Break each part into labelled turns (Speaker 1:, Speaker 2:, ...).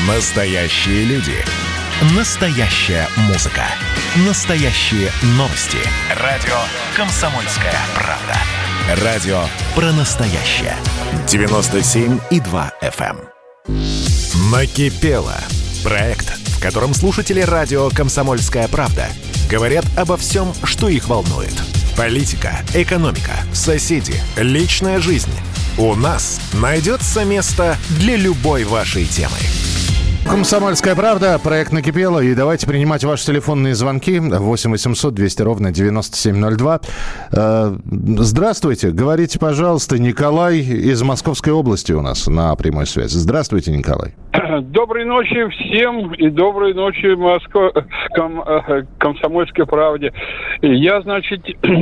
Speaker 1: Настоящие люди. Настоящая музыка. Настоящие новости. Радио «Комсомольская правда». Радио про настоящее. 97,2 FM. Накипело. Проект, в котором слушатели радио «Комсомольская правда» говорят обо всем, что их волнует. Политика, экономика, соседи, личная жизнь. У нас найдется место для любой вашей темы.
Speaker 2: «Комсомольская правда», проект «Накипело». И давайте принимать ваши телефонные звонки. 8 800 200 ровно 9702. Здравствуйте. Говорите, пожалуйста, Николай из Московской области у нас на прямой связи. Здравствуйте, Николай.
Speaker 3: Доброй ночи всем и доброй ночи «Комсомольской правде». Я, значит,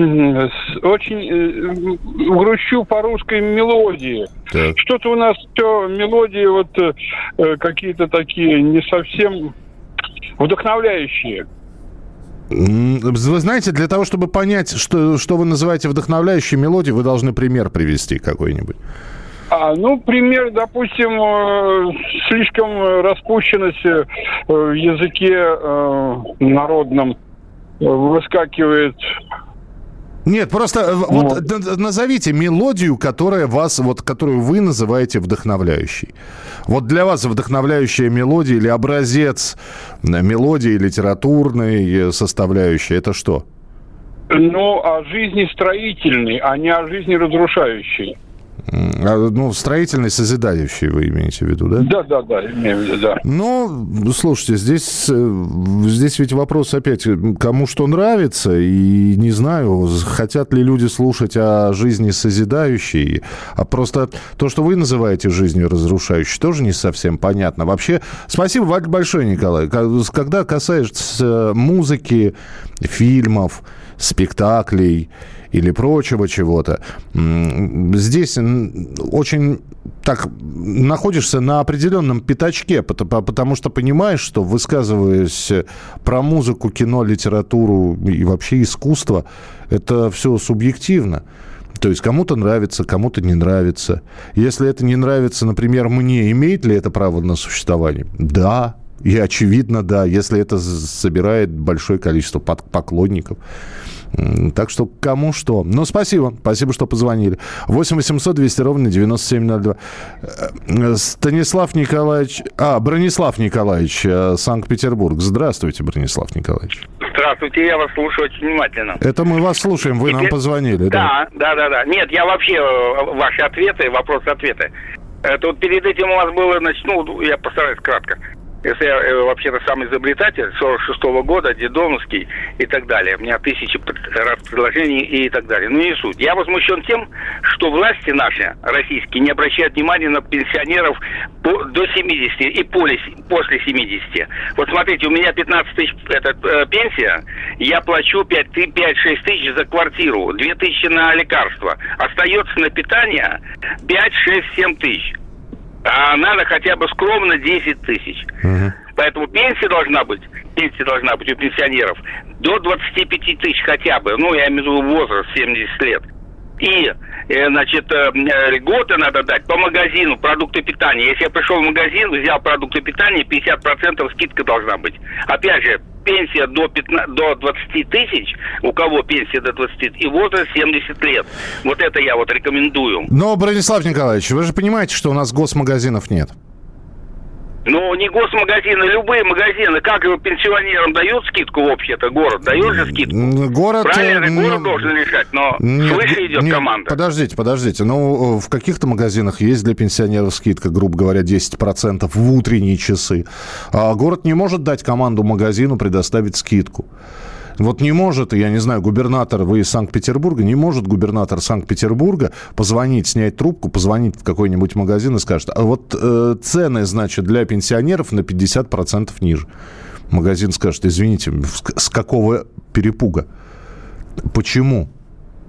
Speaker 3: очень грущу по русской мелодии. Так. Что-то у нас все мелодии вот какие-то такие не совсем вдохновляющие.
Speaker 2: Вы знаете, для того, чтобы понять, что вы называете вдохновляющей мелодией, вы должны пример привести какой-нибудь.
Speaker 3: Пример, допустим, слишком распущенность в языке народном выскакивает.
Speaker 2: Нет, просто вот назовите мелодию, которую вы называете вдохновляющей. Вот для вас вдохновляющая мелодия или образец мелодии литературной составляющей, это что?
Speaker 3: О жизни строительной, а не о жизни разрушающей.
Speaker 2: Строительный, созидающий вы имеете в виду, да?
Speaker 3: Да, имею в виду, да.
Speaker 2: Слушайте, здесь ведь вопрос опять, кому что нравится, и не знаю, хотят ли люди слушать о жизни созидающей, а просто то, что вы называете жизнью разрушающей, тоже не совсем понятно. Вообще, спасибо большое, Николай. Когда касается музыки, фильмов, спектаклей или прочего чего-то, здесь очень так находишься на определенном пятачке, потому что понимаешь, что, высказываясь про музыку, кино, литературу и вообще искусство, это все субъективно. То есть кому-то нравится, кому-то не нравится. Если это не нравится, например, мне, имеет ли это право на существование? Да. И очевидно, да, если это собирает большое количество поклонников. Так что кому что. Спасибо, что позвонили. 8 800 200 ровно 9702. Бронислав Николаевич, Санкт-Петербург. Здравствуйте, Бронислав Николаевич.
Speaker 4: Здравствуйте, я вас слушаю очень внимательно.
Speaker 2: Это мы вас слушаем, вы нам позвонили.
Speaker 4: Да. Нет, я вообще ваши ответы, вопросы-ответы. Это вот перед этим у вас было, я постараюсь кратко. Если я вообще-то сам изобретатель 46-го года, дедомовский и так далее. У меня тысячи раз предложений и так далее. Не суть. Я возмущен тем, что власти наши, российские, не обращают внимания на пенсионеров до 70 и после 70. Вот смотрите, у меня 15 тысяч пенсия, я плачу 5-6 тысяч за квартиру, 2 тысячи на лекарства. Остается на питание 5-6-7 тысяч. А надо хотя бы скромно 10 тысяч. Поэтому пенсия должна быть у пенсионеров до 25 тысяч хотя бы. Я имею в виду возраст 70 лет. И, льготы надо дать по магазину, продукты питания. Если я пришел в магазин, взял продукты питания, 50% скидка должна быть. Опять же, пенсия до 20 тысяч, у кого пенсия до 20, и возраст 70 лет. Вот это я рекомендую.
Speaker 2: Но, Бронислав Николаевич, вы же понимаете, что у нас госмагазинов нет?
Speaker 4: Не госмагазины, любые магазины. Как пенсионерам дают скидку вообще-то? Город дает же скидку? Правильно, город должен решать, но свыше идет команда.
Speaker 2: Подождите. В каких-то магазинах есть для пенсионеров скидка, грубо говоря, 10% в утренние часы. А город не может дать команду магазину предоставить скидку. Вот не может, я не знаю, вы из Санкт-Петербурга, не может губернатор Санкт-Петербурга позвонить, снять трубку, позвонить в какой-нибудь магазин и скажет, цены, для пенсионеров на 50% ниже. Магазин скажет, извините, с какого перепуга? Почему?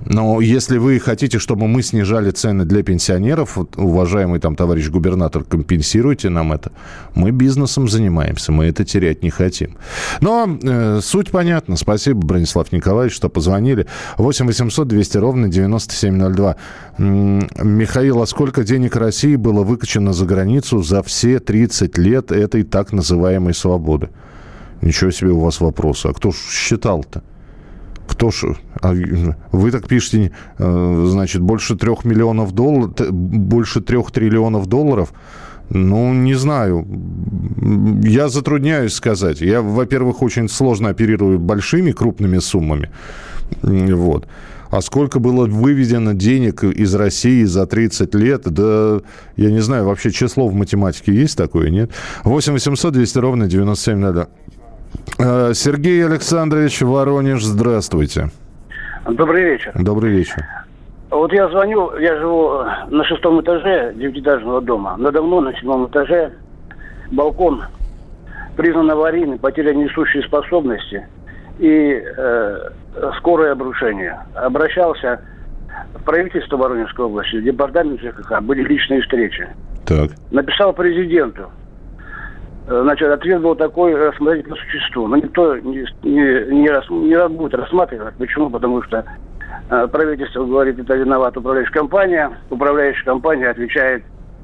Speaker 2: Но если вы хотите, чтобы мы снижали цены для пенсионеров, уважаемый там товарищ губернатор, компенсируйте нам это. Мы бизнесом занимаемся, мы это терять не хотим. Но суть понятна. Спасибо, Бронислав Николаевич, что позвонили. 8 800 200 ровно 9702. Михаил, а сколько денег России было выкачано за границу за все 30 лет этой так называемой свободы? Ничего себе у вас вопросы. А кто ж считал-то? Кто ж... Вы так пишете, значит, больше 3 миллионов долларов, больше 3 триллионов долларов. Ну, не знаю. Я затрудняюсь сказать. Я, во-первых, очень сложно оперирую большими, крупными суммами. Вот. А сколько было выведено денег из России за 30 лет? Да, я не знаю, вообще число в математике есть такое, нет? 8 800 200 ровно 9702. Сергей Александрович, Воронеж, здравствуйте.
Speaker 5: Добрый вечер.
Speaker 2: Добрый вечер.
Speaker 5: Вот я звоню, я живу на 6-м этаже 9-этажного дома. Надо мной на 7-м этаже балкон признан аварийным, потеря несущей способности и скорое обрушение. Обращался в правительство Воронежской области, в департамент ЖКХ, были личные встречи.
Speaker 2: Так.
Speaker 5: Написал президенту. Значит, ответ был такой: рассмотреть по существу. Но никто не будет рассматривать. Почему? Потому что правительство говорит, это виноват управляющая компания. Управляющая компания отвечает,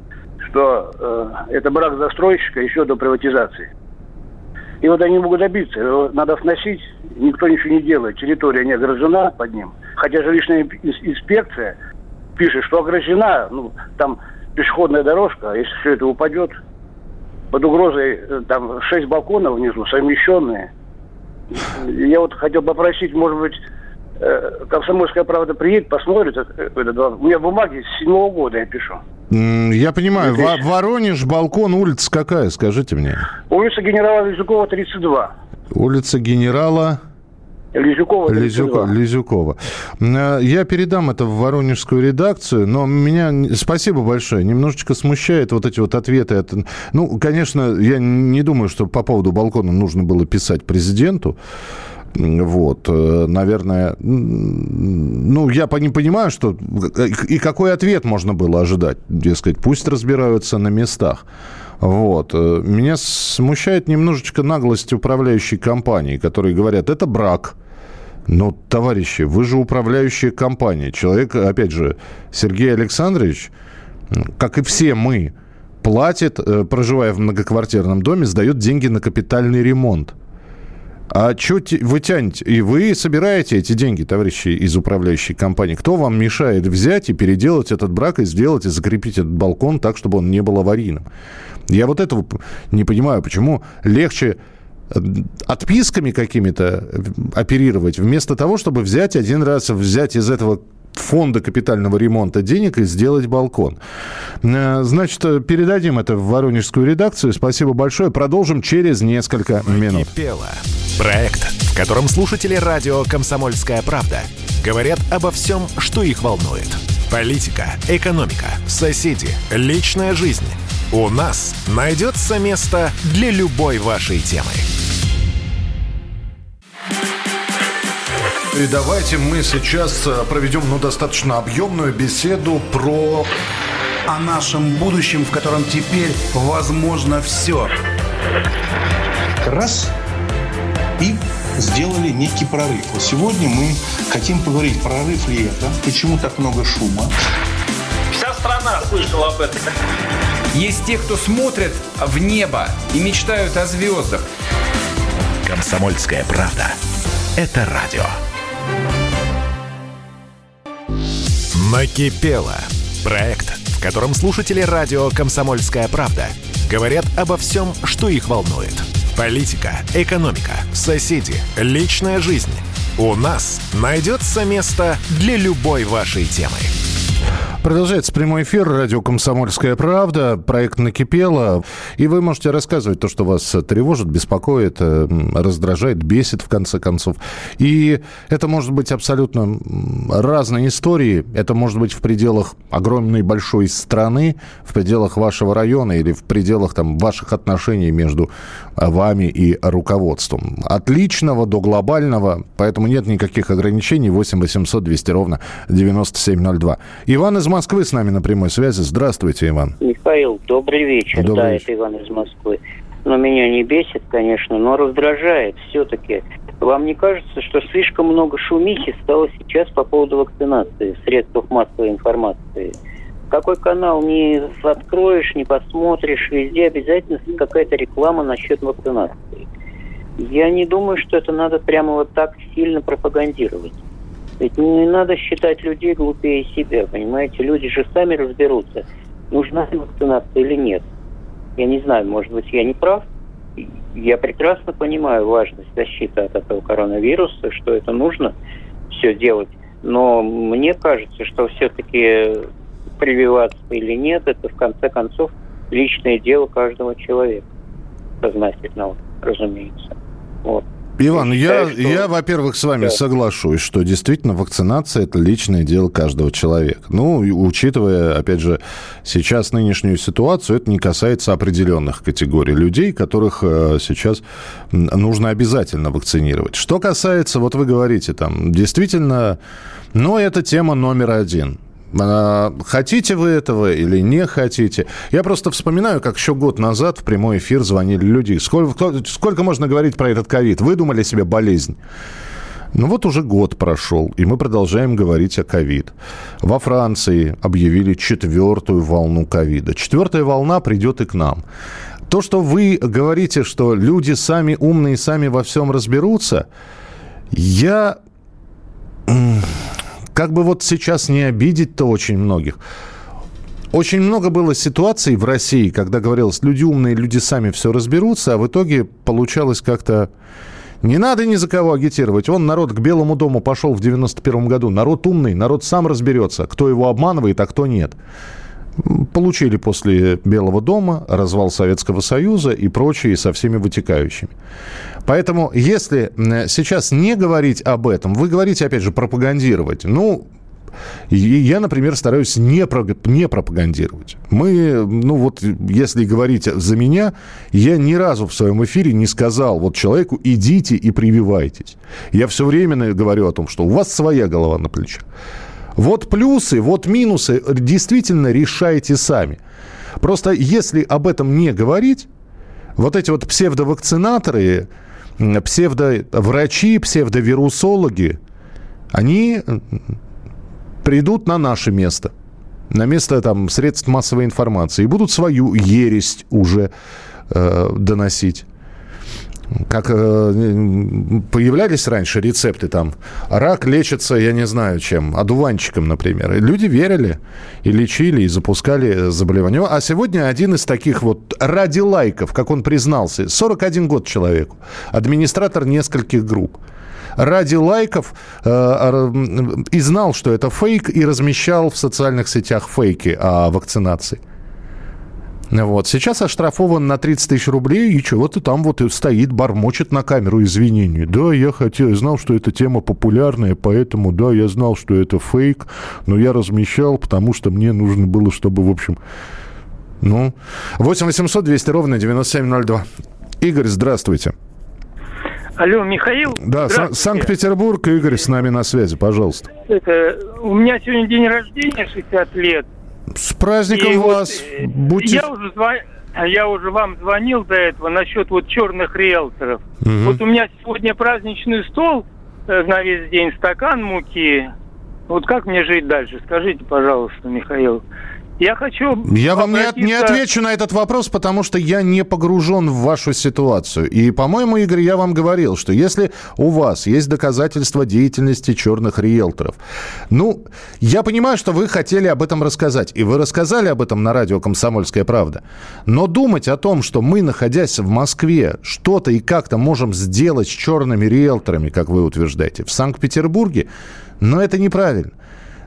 Speaker 5: что это брак застройщика еще до приватизации. И вот они могут добиться. Его надо сносить, никто ничего не делает. Территория не ограждена под ним. Хотя жилищная инспекция пишет, что ограждена, ну, там пешеходная дорожка, если все это упадет, под угрозой там 6 балконов внизу, совмещенные. Я вот хотел попросить, может быть, «Комсомольская правда» приедет, посмотрит. У меня бумаги с 7-го года я пишу.
Speaker 2: Я понимаю. Воронеж, балкон, улица какая, скажите мне?
Speaker 5: Улица генерала Лизюкова, 32.
Speaker 2: Улица генерала... Лизюкова. Я передам это в воронежскую редакцию, но меня, спасибо большое, немножечко смущает вот эти вот ответы. Ну, конечно, я не думаю, что по поводу балкона нужно было писать президенту. Вот, наверное, ну, я не понимаю, что и какой ответ можно было ожидать. Дескать, пусть разбираются на местах. Вот. Меня смущает немножечко наглость управляющей компании, которые говорят, это брак. Но, товарищи, вы же управляющая компания. Человек, опять же, Сергей Александрович, как и все мы, платит, проживая в многоквартирном доме, сдает деньги на капитальный ремонт. А что вы тянете? И вы собираете эти деньги, товарищи из управляющей компании. Кто вам мешает взять и переделать этот брак, и сделать, и закрепить этот балкон так, чтобы он не был аварийным? Я вот этого не понимаю, почему легче отписками какими-то оперировать, вместо того, чтобы взять из этого фонда капитального ремонта денег и сделать балкон. Значит, передадим это в воронежскую редакцию. Спасибо большое. Продолжим через несколько минут.
Speaker 1: Накипело. Проект, в котором слушатели радио «Комсомольская правда» говорят обо всем, что их волнует. Политика, экономика, соседи, личная жизнь. У нас найдется место для любой вашей темы.
Speaker 2: И давайте мы сейчас проведем достаточно объемную беседу про...
Speaker 6: О нашем будущем, в котором теперь возможно все.
Speaker 7: Раз и сделали некий прорыв. Вот сегодня мы хотим поговорить, прорыв ли это, почему так много шума.
Speaker 8: Вся страна слышала об этом.
Speaker 9: Есть те, кто смотрят в небо и мечтают о звездах.
Speaker 1: «Комсомольская правда» — это радио. Накипело. Проект, в котором слушатели радио «Комсомольская правда» говорят обо всем, что их волнует. Политика, экономика, соседи, личная жизнь. У нас найдется место для любой вашей темы.
Speaker 2: Продолжается прямой эфир. Радио «Комсомольская правда». Проект «Накипело». И вы можете рассказывать то, что вас тревожит, беспокоит, раздражает, бесит, в конце концов. И это может быть абсолютно разные истории. Это может быть в пределах огромной большой страны, в пределах вашего района или в пределах там, ваших отношений между вами и руководством. От личного до глобального. Поэтому нет никаких ограничений. 8 800 200 ровно 9702. Иван из Москвы с нами на прямой связи. Здравствуйте, Иван.
Speaker 10: Михаил, добрый вечер.
Speaker 2: Добрый вечер.
Speaker 10: Это Иван из Москвы. Но меня не бесит, конечно, но раздражает все-таки. Вам не кажется, что слишком много шумихи стало сейчас по поводу вакцинации в средствах массовой информации? Какой канал не откроешь, не посмотришь, везде обязательно какая-то реклама насчет вакцинации. Я не думаю, что это надо прямо вот так сильно пропагандировать. Ведь не надо считать людей глупее себя, понимаете? Люди же сами разберутся, нужна ли вакцинация или нет. Я не знаю, может быть, я не прав. Я прекрасно понимаю важность защиты от этого коронавируса, что это нужно все делать. Но мне кажется, что все-таки прививаться или нет, это в конце концов личное дело каждого человека. Сознательного, разумеется. Вот.
Speaker 2: Иван, я, во-первых, с вами соглашусь, что действительно вакцинация – это личное дело каждого человека. Ну, учитывая, опять же, сейчас нынешнюю ситуацию, это не касается определенных категорий людей, которых сейчас нужно обязательно вакцинировать. Что касается, вот вы говорите, там, действительно, ну, это тема номер один. Хотите вы этого или не хотите? Я просто вспоминаю, как еще год назад в прямой эфир звонили люди. Сколько можно говорить про этот ковид? Выдумали себе болезнь. Ну вот уже год прошел, и мы продолжаем говорить о ковид. Во Франции объявили 4-ю волну ковида. 4-я волна придет и к нам. То, что вы говорите, что люди сами умные, сами во всем разберутся, я... Как бы вот сейчас не обидеть-то очень многих. Очень много было ситуаций в России, когда говорилось, люди умные, люди сами все разберутся, а в итоге получалось как-то... Не надо ни за кого агитировать. Вон народ к Белому дому пошел в 91 году. Народ умный, народ сам разберется, кто его обманывает, а кто нет. Получили после Белого дома развал Советского Союза и прочие со всеми вытекающими. Поэтому, если сейчас не говорить об этом, вы говорите, опять же, пропагандировать. Ну, я, например, стараюсь не пропагандировать. Мы, ну вот, если говорить за меня, я ни разу в своем эфире не сказал вот человеку идите и прививайтесь. Я все время говорю о том, что у вас своя голова на плечах. Вот плюсы, вот минусы действительно решайте сами. Просто если об этом не говорить, вот эти вот псевдовакцинаторы, псевдоврачи, псевдовирусологи, они придут на наше место, на место там, средств массовой информации, и будут свою ересь уже доносить. Как появлялись раньше рецепты, там, рак лечится, я не знаю чем, одуванчиком, например. И люди верили и лечили, и запускали заболевания. А сегодня один из таких вот ради лайков, как он признался, 41 год человеку, администратор нескольких групп. Ради лайков и знал, что это фейк, и размещал в социальных сетях фейки о вакцинации. Вот. Сейчас оштрафован на 30 тысяч рублей, и чего-то там вот стоит, бормочет на камеру извинений. Да, я знал, что эта тема популярная, поэтому, да, я знал, что это фейк, но я размещал, потому что мне нужно было, чтобы, в общем... Ну, 8 800 200 ровно 9702. Игорь, здравствуйте.
Speaker 11: Алло, Михаил?
Speaker 2: Да, Санкт-Петербург, Игорь с нами на связи, пожалуйста.
Speaker 11: У меня сегодня день рождения, 60 лет.
Speaker 2: С праздником вас! Будьте...
Speaker 11: Я уже вам звонил до этого насчет вот черных риэлторов. Вот у меня сегодня праздничный стол на весь день, стакан муки. Вот как мне жить дальше? Скажите, пожалуйста, Михаил. Я
Speaker 2: вам не отвечу на этот вопрос, потому что я не погружен в вашу ситуацию. И, по-моему, Игорь, я вам говорил, что если у вас есть доказательства деятельности черных риэлторов, ну, я понимаю, что вы хотели об этом рассказать. И вы рассказали об этом на радио «Комсомольская правда». Но думать о том, что мы, находясь в Москве, что-то и как-то можем сделать с черными риэлторами, как вы утверждаете, в Санкт-Петербурге, но это неправильно.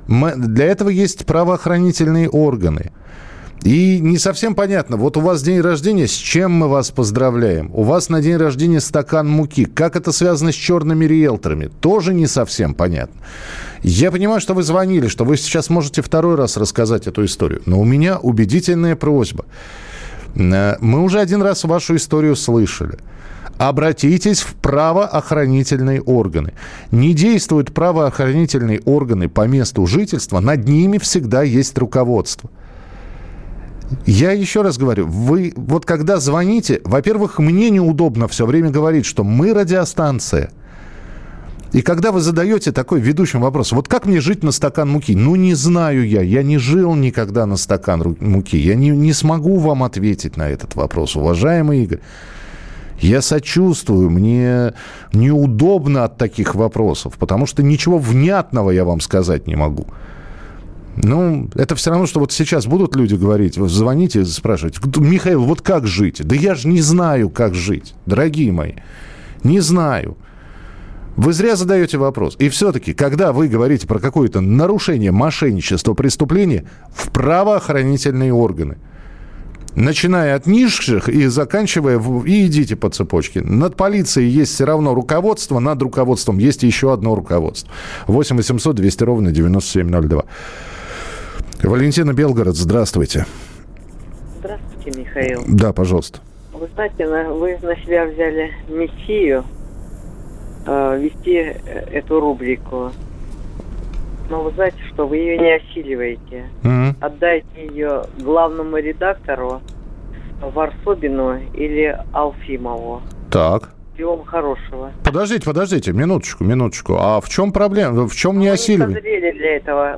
Speaker 2: Для этого есть правоохранительные органы. И не совсем понятно, вот у вас день рождения, с чем мы вас поздравляем? У вас на день рождения стакан муки. Как это связано с черными риэлторами? Тоже не совсем понятно. Я понимаю, что вы звонили, что вы сейчас можете второй раз рассказать эту историю. Но у меня убедительная просьба. Мы уже один раз вашу историю слышали. Обратитесь в правоохранительные органы. Не действуют правоохранительные органы по месту жительства, над ними всегда есть руководство. Я еще раз говорю, вы вот когда звоните, во-первых, мне неудобно все время говорить, что мы радиостанция. И когда вы задаете такой ведущим вопрос, вот как мне жить на стакан муки? Ну, не знаю я не жил никогда на стакан муки. Я не смогу вам ответить на этот вопрос, уважаемый Игорь. Я сочувствую, мне неудобно от таких вопросов, потому что ничего внятного я вам сказать не могу. Ну, это все равно, что вот сейчас будут люди говорить, звоните, спрашивать, Михаил, вот как жить? Да я же не знаю, как жить, дорогие мои, не знаю. Вы зря задаете вопрос. И все-таки, когда вы говорите про какое-то нарушение, мошенничество, преступление, в правоохранительные органы. Начиная от низших и заканчивая, и идите по цепочке. Над полицией есть все равно руководство, над руководством есть еще одно руководство. 8 800 200 ровно 9702. Валентина, Белгород, здравствуйте.
Speaker 12: Здравствуйте, Михаил.
Speaker 2: Да, пожалуйста.
Speaker 12: Вы знаете, вы на себя взяли миссию вести эту рубрику. Но вы знаете, что вы ее не осиливаете. Mm-hmm. Отдайте ее главному редактору Варсобину или Алфимову.
Speaker 2: Так.
Speaker 12: Всего вам хорошего.
Speaker 2: Подождите, минуточку. А в чем проблема? В чем не осиливаете?
Speaker 12: Вы созрели для этого.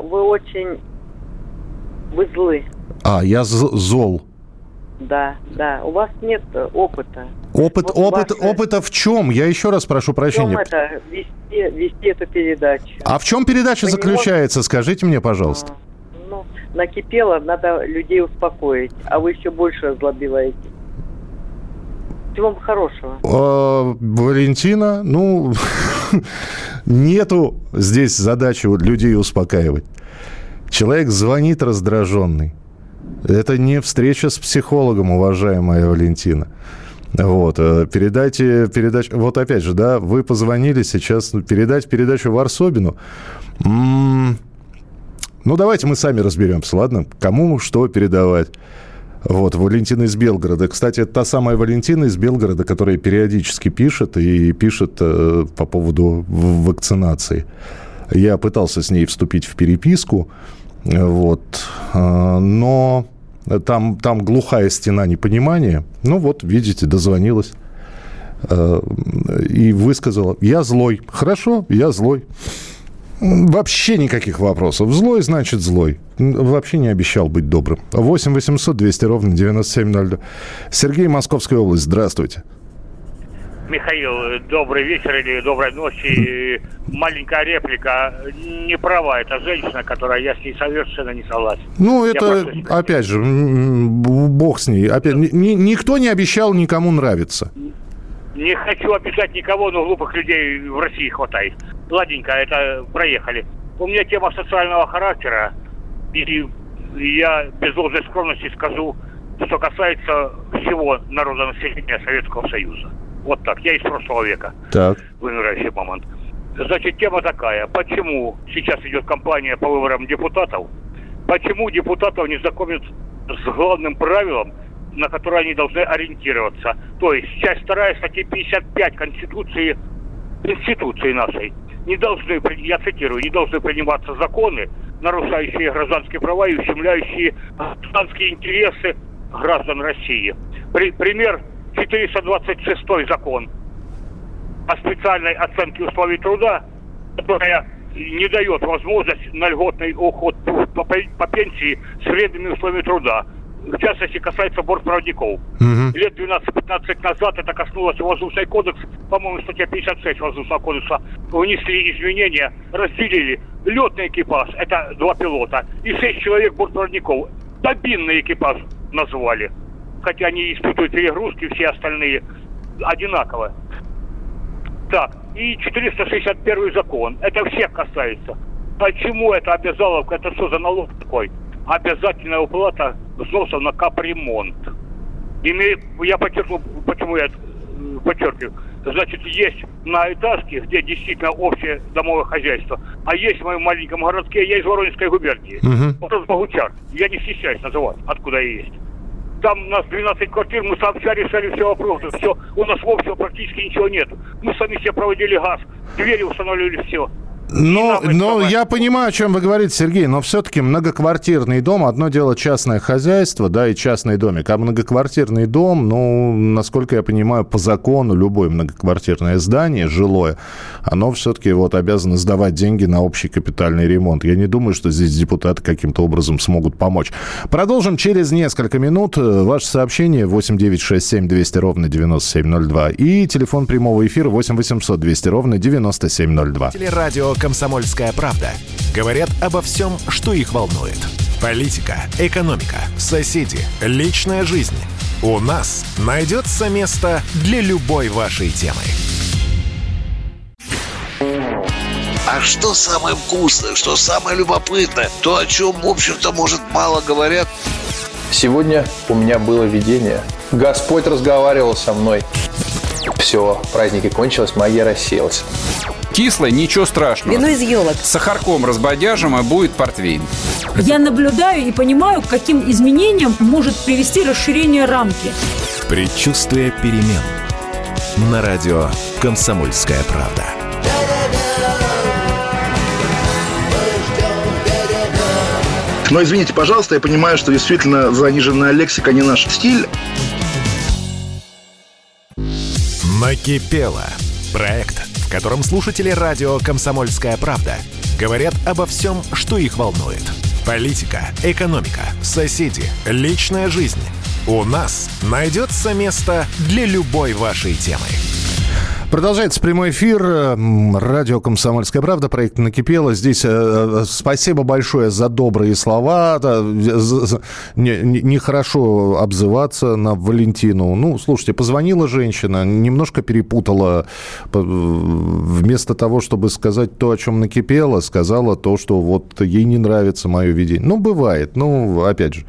Speaker 12: Вы злы.
Speaker 2: А, я зол.
Speaker 12: Да. У вас нет опыта.
Speaker 2: Опыта в чем? Я еще раз прошу прощения.
Speaker 12: В чем это? Вести эту передачу.
Speaker 2: А в чем передача заключается? Скажите мне, пожалуйста.
Speaker 12: Накипело, надо людей успокоить, а вы еще больше озлобиваете. Всего вам хорошего.
Speaker 2: Валентина, нету здесь задачи людей успокаивать. Человек звонит раздраженный. Это не встреча с психологом, уважаемая Валентина. Вот, передайте передачу. Вот опять же, да, вы позвонили сейчас, передать передачу Варсобину. Давайте мы сами разберемся, ладно? Кому что передавать. Вот, Валентина из Белгорода. Кстати, это та самая Валентина из Белгорода, которая периодически пишет по поводу вакцинации. Я пытался с ней вступить в переписку, вот, но там глухая стена непонимания. Видите, дозвонилась и высказала. Я злой. Хорошо, я злой. Вообще никаких вопросов. Злой, значит злой. Вообще не обещал быть добрым. 8 800 200 ровно 9702. Сергей, Московская область. Здравствуйте.
Speaker 13: Михаил, добрый вечер или доброй ночи. Маленькая реплика. Не права эта женщина, которая, я с ней совершенно не согласен. Опять же, бог с ней. Опять, никто не обещал никому нравиться. Не хочу обижать никого, но глупых людей в России хватает. Ладненько, это проехали. У меня тема социального характера. И я без должной скромности скажу, что касается всего народонаселения Советского Союза. Вот так. Я из прошлого века. Так. Вымирающий момент. Значит, тема такая. Почему сейчас идет кампания по выборам депутатов? Почему депутатов не знакомят с главным правилом, на которое они должны ориентироваться? То есть, часть 2 статьи 55 Конституции нашей. Не должны, я цитирую, не должны приниматься законы, нарушающие гражданские права и ущемляющие гражданские интересы граждан России. Пример 426 закон о специальной оценке условий труда, которая не дает возможность на льготный уход по пенсии с вредными условиями труда. В частности, касается бортпроводников. Лет 12-15 назад это коснулось Воздушный кодекс, по-моему, статья 56 Воздушного кодекса, внесли изменения, разделили летный экипаж, это 2 пилота, и 6 человек бортпроводников. Кабинный экипаж назвали. Хотя они испытывают перегрузки, все остальные одинаково. Так, и 461 закон. Это всех касается. Почему это обязаловка? Это что за налог такой? Обязательная уплата взносов на капремонт. Я подчеркну, почему я подчеркиваю. Значит, есть на Этажке, где действительно общее домовое хозяйство, а есть в моем маленьком городке, я из Воронежской губернии. Вот Богучар. Я не стесняюсь называть, откуда я есть. Там у нас 12 квартир, мы сообща решали все вопросы. Все, у нас общего практически ничего нет. Мы сами себе проводили газ, двери устанавливали, все.
Speaker 2: Но я понимаю, о чем вы говорите, Сергей, но все-таки многоквартирный дом, одно дело частное хозяйство, да, и частный домик, а многоквартирный дом, ну, насколько я понимаю, по закону любое многоквартирное здание, жилое, оно все-таки вот обязано сдавать деньги на общий капитальный ремонт. Я не думаю, что здесь депутаты каким-то образом смогут помочь. Продолжим через несколько минут. Ваше сообщение 8-967-200-97-02 и телефон прямого эфира 8-800-200-97-02.
Speaker 1: Телерадио «Комсомольская правда». Говорят обо всем, что их волнует. Политика, экономика, соседи, личная жизнь. У нас найдется место для любой вашей темы.
Speaker 14: А что самое вкусное, что самое любопытное, то, о чем, в общем-то, может, мало говорят?
Speaker 15: Сегодня у меня было видение. Господь разговаривал со мной. Все, праздники кончились, магия рассеялась.
Speaker 9: Кислое, ничего страшного.
Speaker 16: Вино из елок.
Speaker 9: С сахарком разбодяжим, и будет портвейн.
Speaker 16: Я наблюдаю и понимаю, к каким изменениям может привести расширение рамки.
Speaker 1: Предчувствие перемен. На радио «Комсомольская правда».
Speaker 17: Но извините, пожалуйста, я понимаю, что действительно заниженная лексика не наш стиль.
Speaker 1: Накипело. Проект, в котором слушатели радио «Комсомольская правда» говорят обо всем, что их волнует. Политика, экономика, соседи, личная жизнь. У нас найдется место для любой вашей темы.
Speaker 2: Продолжается прямой эфир. Радио «Комсомольская правда», проект «Накипело». Здесь спасибо большое за добрые слова. Нехорошо обзываться на Валентину. Ну, слушайте, позвонила женщина, немножко перепутала. Вместо того, чтобы сказать то, о чем накипело, сказала то, что вот ей не нравится мое видение. Ну, бывает. Ну, опять же.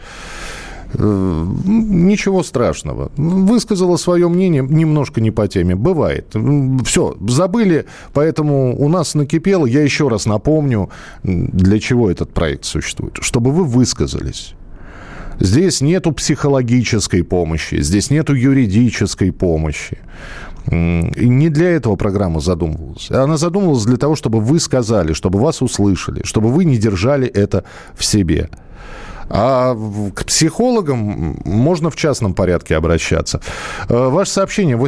Speaker 2: Ничего страшного. Высказала свое мнение немножко не по теме. Бывает. Все, забыли, поэтому у нас накипело. Я еще раз напомню, для чего этот проект существует. Чтобы вы высказались. Здесь нету психологической помощи, здесь нету юридической помощи. И не для этого программа задумывалась. Она задумывалась для того, чтобы вы сказали, чтобы вас услышали, чтобы вы не держали это в себе. А к психологам можно в частном порядке обращаться. Ваше сообщение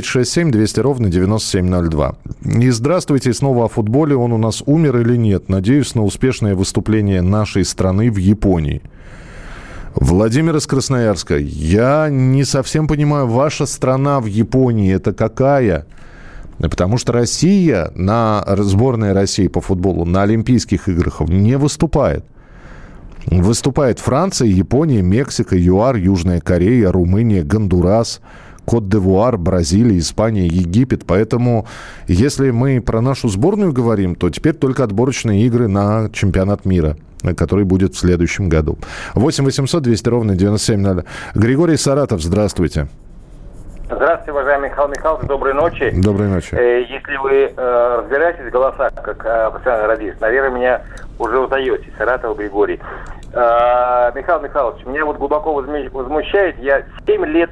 Speaker 2: 8-967-200-97-02. И здравствуйте, снова о футболе. Он у нас умер или нет? Надеюсь на успешное выступление нашей страны в Японии. Владимир из Красноярска. Я не совсем понимаю, ваша страна в Японии это какая? Потому что Россия, сборная России по футболу на Олимпийских играх не выступает. Выступает Франция, Япония, Мексика, ЮАР, Южная Корея, Румыния, Гондурас, Кот-д'Ивуар, Бразилия, Испания, Египет. Поэтому, если мы про нашу сборную говорим, то теперь только отборочные игры на чемпионат мира, который будет в следующем году. 8-800-200-97-02. Григорий Саратов, здравствуйте.
Speaker 18: Здравствуйте, уважаемый Михаил Михайлович, доброй ночи.
Speaker 2: Доброй ночи.
Speaker 18: Если вы разбираетесь в голосах, как профессиональный радист, наверное, меня уже узнаете. Саратов Григорий. Михаил Михайлович, меня вот глубоко возмущает. Я 7 лет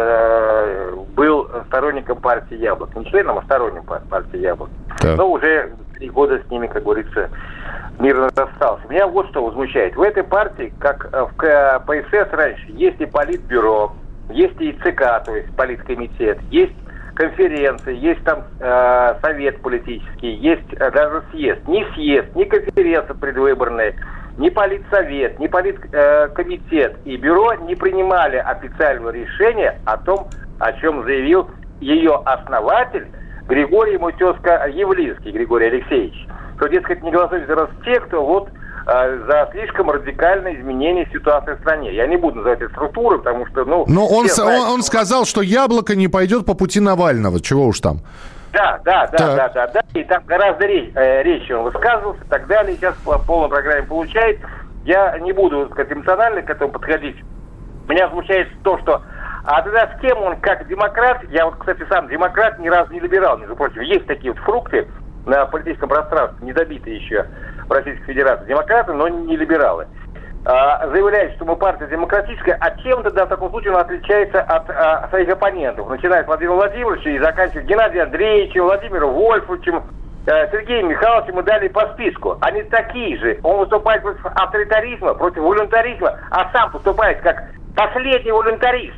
Speaker 18: был сторонником партии «Яблок». Не членом, а сторонником партии «Яблок». Так. Но уже 3 года с ними, как говорится, мирно расстался. Меня вот что возмущает. В этой партии, как в КПСС раньше, есть и политбюро, есть и ЦК, то есть политкомитет, есть конференции, есть там совет политический, есть даже съезд. Ни съезд, ни конференция предвыборная, ни политсовет, ни политкомитет и бюро не принимали официального решения о том, о чем заявил ее основатель Григорий, мой тезка Явлинский, Григорий Алексеевич. Что, дескать, не голосуют за те, кто вот за слишком радикальное изменение ситуации в стране. Я не буду называть эти структуры, потому что...
Speaker 2: Но он сказал, что «Яблоко» не пойдет по пути Навального. Чего уж там.
Speaker 18: Да. И там гораздо резче он высказывался и так далее. Сейчас по полной программе получает. Я не буду, так сказать, эмоционально к этому подходить. Меня смущает то, что... А тогда с кем он как демократ? Я вот, кстати, сам демократ, ни разу не либерал, между прочим. Есть такие вот фрукты на политическом пространстве, недобитые еще в Российской Федерации. Демократы, но не либералы. Заявляет, что мы партия демократическая, а чем тогда в таком случае он отличается от своих оппонентов? Начиная с Владимира Владимировича и заканчивая Геннадием Андреевичем, Владимиром Вольфовичем, Сергеем Михайловичем и далее по списку. Они такие же. Он выступает против авторитаризма, против волюнтаризма, а сам поступает как последний волюнтарист.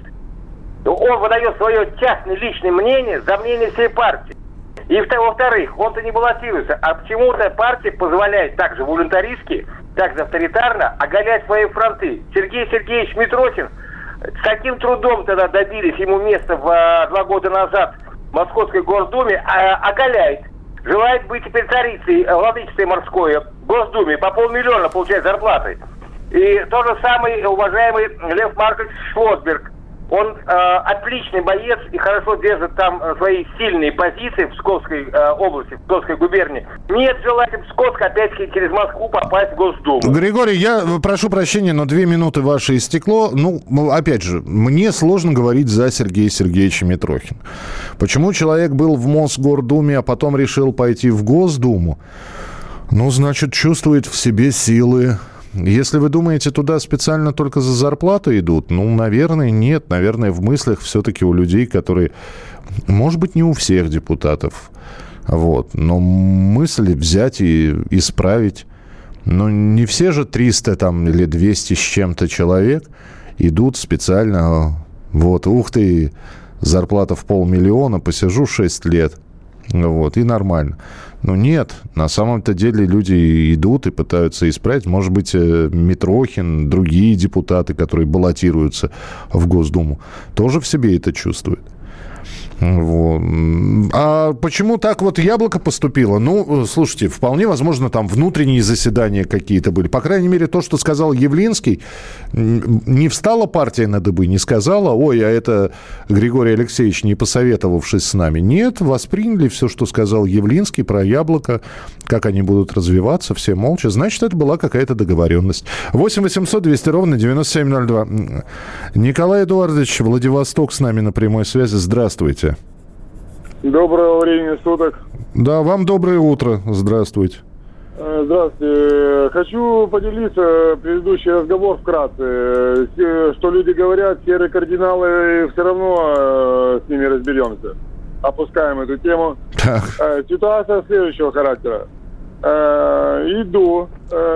Speaker 18: Он выдает свое частное личное мнение за мнение всей партии. И во-вторых, он-то не баллотируется, а почему-то партия позволяет также волюнтаристски, также авторитарно оголять свои фронты. Сергей Сергеевич Митрохин с таким трудом тогда добились ему места 2 года назад в Московской Госдуме, оголяет. Желает быть теперь царицей, владычицей морской в Госдуме, по 500 000 получает зарплаты. И тот же самый уважаемый Лев Маркович Шлосберг. Он отличный боец и хорошо держит там свои сильные позиции в Псковской области, в Псковской губернии. Нет желания Псковска опять-таки через Москву попасть в Госдуму.
Speaker 2: Григорий, я прошу прощения, но 2 минуты ваши истекло. Ну, опять же, мне сложно говорить за Сергея Сергеевича Митрохина. Почему человек был в Мосгордуме, а потом решил пойти в Госдуму? Ну, значит, чувствует в себе силы. Если вы думаете, туда специально только за зарплату идут, ну, наверное, нет. Наверное, в мыслях все-таки у людей, которые... Может быть, не у всех депутатов. Вот. Но мысль взять и исправить. Но не все же 300 там, или 200 с чем-то человек идут специально. Вот, ух ты, зарплата в 500 000, посижу 6 лет. Вот, и нормально. Но нет, на самом-то деле люди идут и пытаются исправить. Может быть, Митрохин, другие депутаты, которые баллотируются в Госдуму, тоже в себе это чувствуют. Вот. А почему так вот Яблоко поступило? Ну, слушайте, вполне возможно, там внутренние заседания какие-то были. По крайней мере, то, что сказал Явлинский, не встала партия на дыбы, не сказала, ой, а это Григорий Алексеевич, не посоветовавшись с нами. Нет, восприняли все, что сказал Явлинский про Яблоко, как они будут развиваться, все молча. Значит, это была какая-то договоренность. 8 800 200 ровно 9702. Николай Эдуардович, Владивосток с нами на прямой связи. Здравствуйте.
Speaker 19: Доброго времени суток.
Speaker 2: Да, вам доброе утро. Здравствуйте.
Speaker 19: Здравствуйте. Хочу поделиться предыдущий разговор вкратце. Что люди говорят, серые кардиналы, все равно с ними разберемся. Опускаем эту тему. Так. Ситуация следующего характера. Иду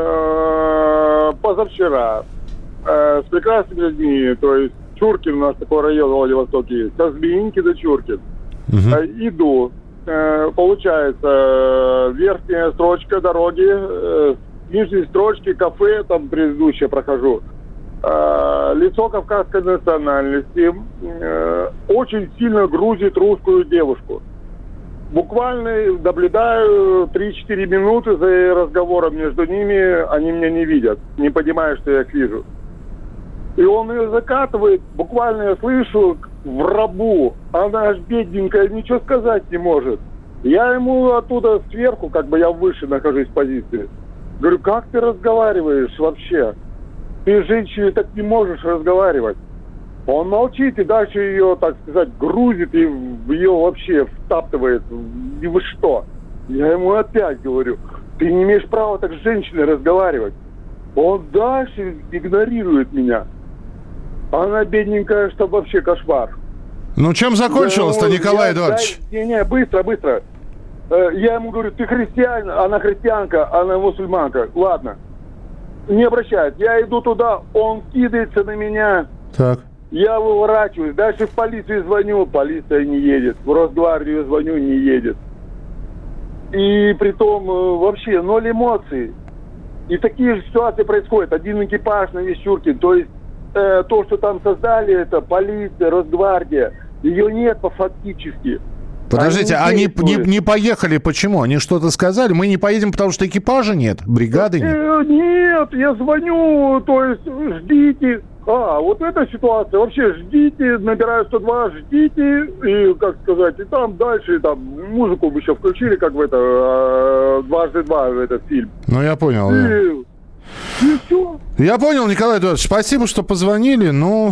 Speaker 19: позавчера с прекрасными людьми, то есть Чуркин, у нас такой район в Владивостоке есть, со Змеинки до Чуркин. Иду, получается, верхняя строчка дороги, нижней строчки кафе, там предыдущее прохожу. Лицо кавказской национальности очень сильно грузит русскую девушку. Буквально наблюдаю 3-4 минуты за разговором между ними, они меня не видят, не понимают, что я их вижу. И он ее закатывает, буквально я слышу, в рабу. Она аж бедненькая, ничего сказать не может. Я ему оттуда сверху, как бы я выше нахожусь в позиции. Говорю, как ты разговариваешь вообще? Ты с женщиной так не можешь разговаривать. Он молчит и дальше ее, так сказать, грузит и ее вообще втаптывает. И вы что? Я ему опять говорю, ты не имеешь права так с женщиной разговаривать. Он дальше игнорирует меня. Она бедненькая, что вообще кошмар.
Speaker 2: Ну, чем закончилось-то, Николай Эдуардович?
Speaker 19: Не, быстро. Я ему говорю, ты христианин, она христианка, она мусульманка. Ладно. Не обращает. Я иду туда, он кидается на меня.
Speaker 2: Так.
Speaker 19: Я выворачиваюсь. Дальше в полицию звоню, полиция не едет. В Росгвардию звоню, не едет. И притом вообще 0 эмоций. И такие же ситуации происходят. Один экипаж на весь Чуркин. То есть то, что там создали, это полиция, Росгвардия. Ее нет фактически.
Speaker 2: Подождите, они не поехали почему? Они что-то сказали? Мы не поедем, потому что экипажа нет, бригады нет?
Speaker 19: Нет, я звоню, то есть ждите. вот эта ситуация. Вообще ждите, набираю 102, ждите, и, как сказать, и там дальше, и там музыку бы еще включили, как в это, «Дважды два» в этот фильм.
Speaker 2: Ну, я понял,
Speaker 19: И все.
Speaker 2: Я понял, Николай Эдуардович, спасибо, что позвонили, но...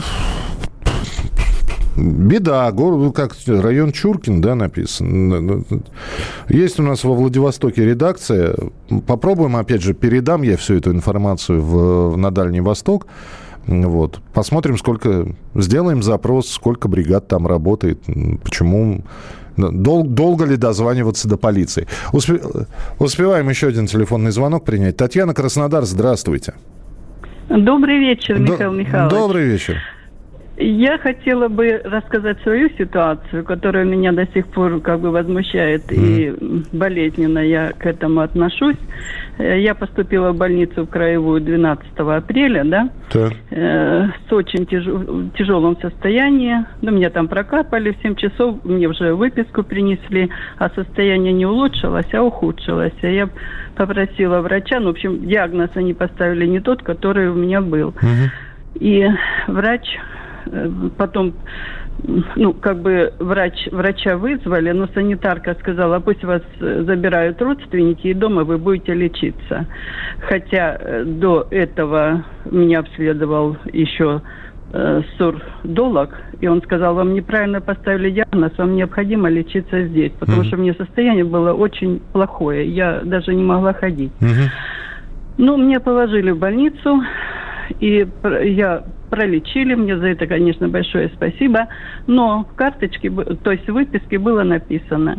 Speaker 2: Беда, как район Чуркин, да, написано. Есть у нас во Владивостоке редакция. Попробуем, опять же, передам я всю эту информацию на Дальний Восток. Вот. Посмотрим, сделаем запрос, сколько бригад там работает, почему... Долго ли дозваниваться до полиции? Успеваем еще один телефонный звонок принять. Татьяна, Краснодар, здравствуйте.
Speaker 20: Добрый вечер, Михаил Михайлович.
Speaker 2: Добрый вечер.
Speaker 20: Я хотела бы рассказать свою ситуацию, которая меня до сих пор возмущает и болезненно я к этому отношусь. Я поступила в больницу в краевую 12 апреля, да, с очень тяжелым состоянием. Меня там прокапали в 7 часов, мне уже выписку принесли, а состояние не улучшилось, а ухудшилось. Я попросила врача, в общем, диагноз они поставили не тот, который у меня был. И врач... Потом, врача вызвали, но санитарка сказала, пусть вас забирают родственники, и дома вы будете лечиться. Хотя до этого меня обследовал еще сурдолог, и он сказал, вам неправильно поставили диагноз, вам необходимо лечиться здесь, потому что у меня состояние было очень плохое, я даже не могла ходить. Меня положили в больницу, и пролечили, мне за это, конечно, большое спасибо, но в карточке, то есть в выписке было написано,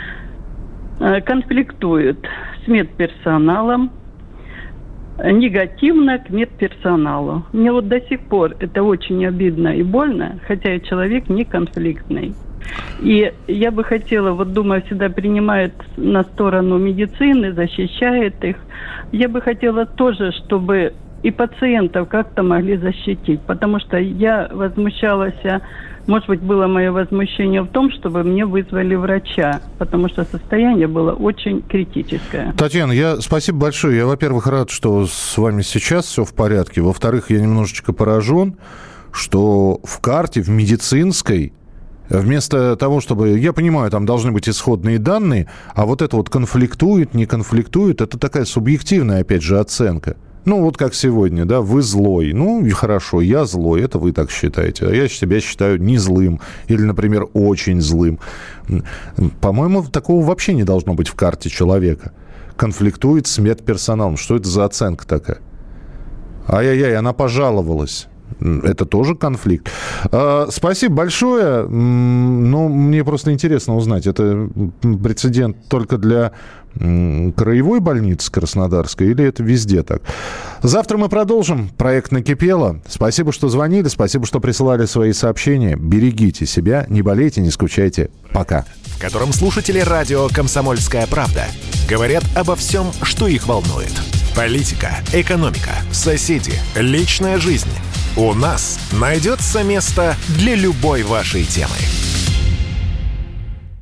Speaker 20: конфликтует с медперсоналом, негативно к медперсоналу. Мне до сих пор это очень обидно и больно, хотя я человек не конфликтный. И я бы хотела, Дума всегда принимает на сторону медицины, защищает их. Я бы хотела тоже, чтобы и пациентов как-то могли защитить, потому что я возмущалась, может быть, было мое возмущение в том, чтобы мне вызвали врача, потому что состояние было очень критическое.
Speaker 2: Татьяна, спасибо большое. Я, во-первых, рад, что с вами сейчас все в порядке. Во-вторых, я немножечко поражен, что в карте, в медицинской, вместо того, чтобы... Я понимаю, там должны быть исходные данные, а вот это конфликтует, не конфликтует, это такая субъективная, опять же, оценка. Как сегодня, да, вы злой. И хорошо, я злой, это вы так считаете. А я себя считаю не злым или, например, очень злым. По-моему, такого вообще не должно быть в карте человека. Конфликтует с медперсоналом. Что это за оценка такая? Ай-яй-яй, она пожаловалась. Это тоже конфликт. Спасибо большое. Мне просто интересно узнать, это прецедент только для краевой больницы Краснодарской или это везде так? Завтра мы продолжим. Проект «Накипело». Спасибо, что звонили, спасибо, что присылали свои сообщения. Берегите себя, не болейте, не скучайте. Пока.
Speaker 1: В котором слушатели радио «Комсомольская правда» говорят обо всем, что их волнует. Политика, экономика, соседи, личная жизнь. У нас найдется место для любой вашей темы.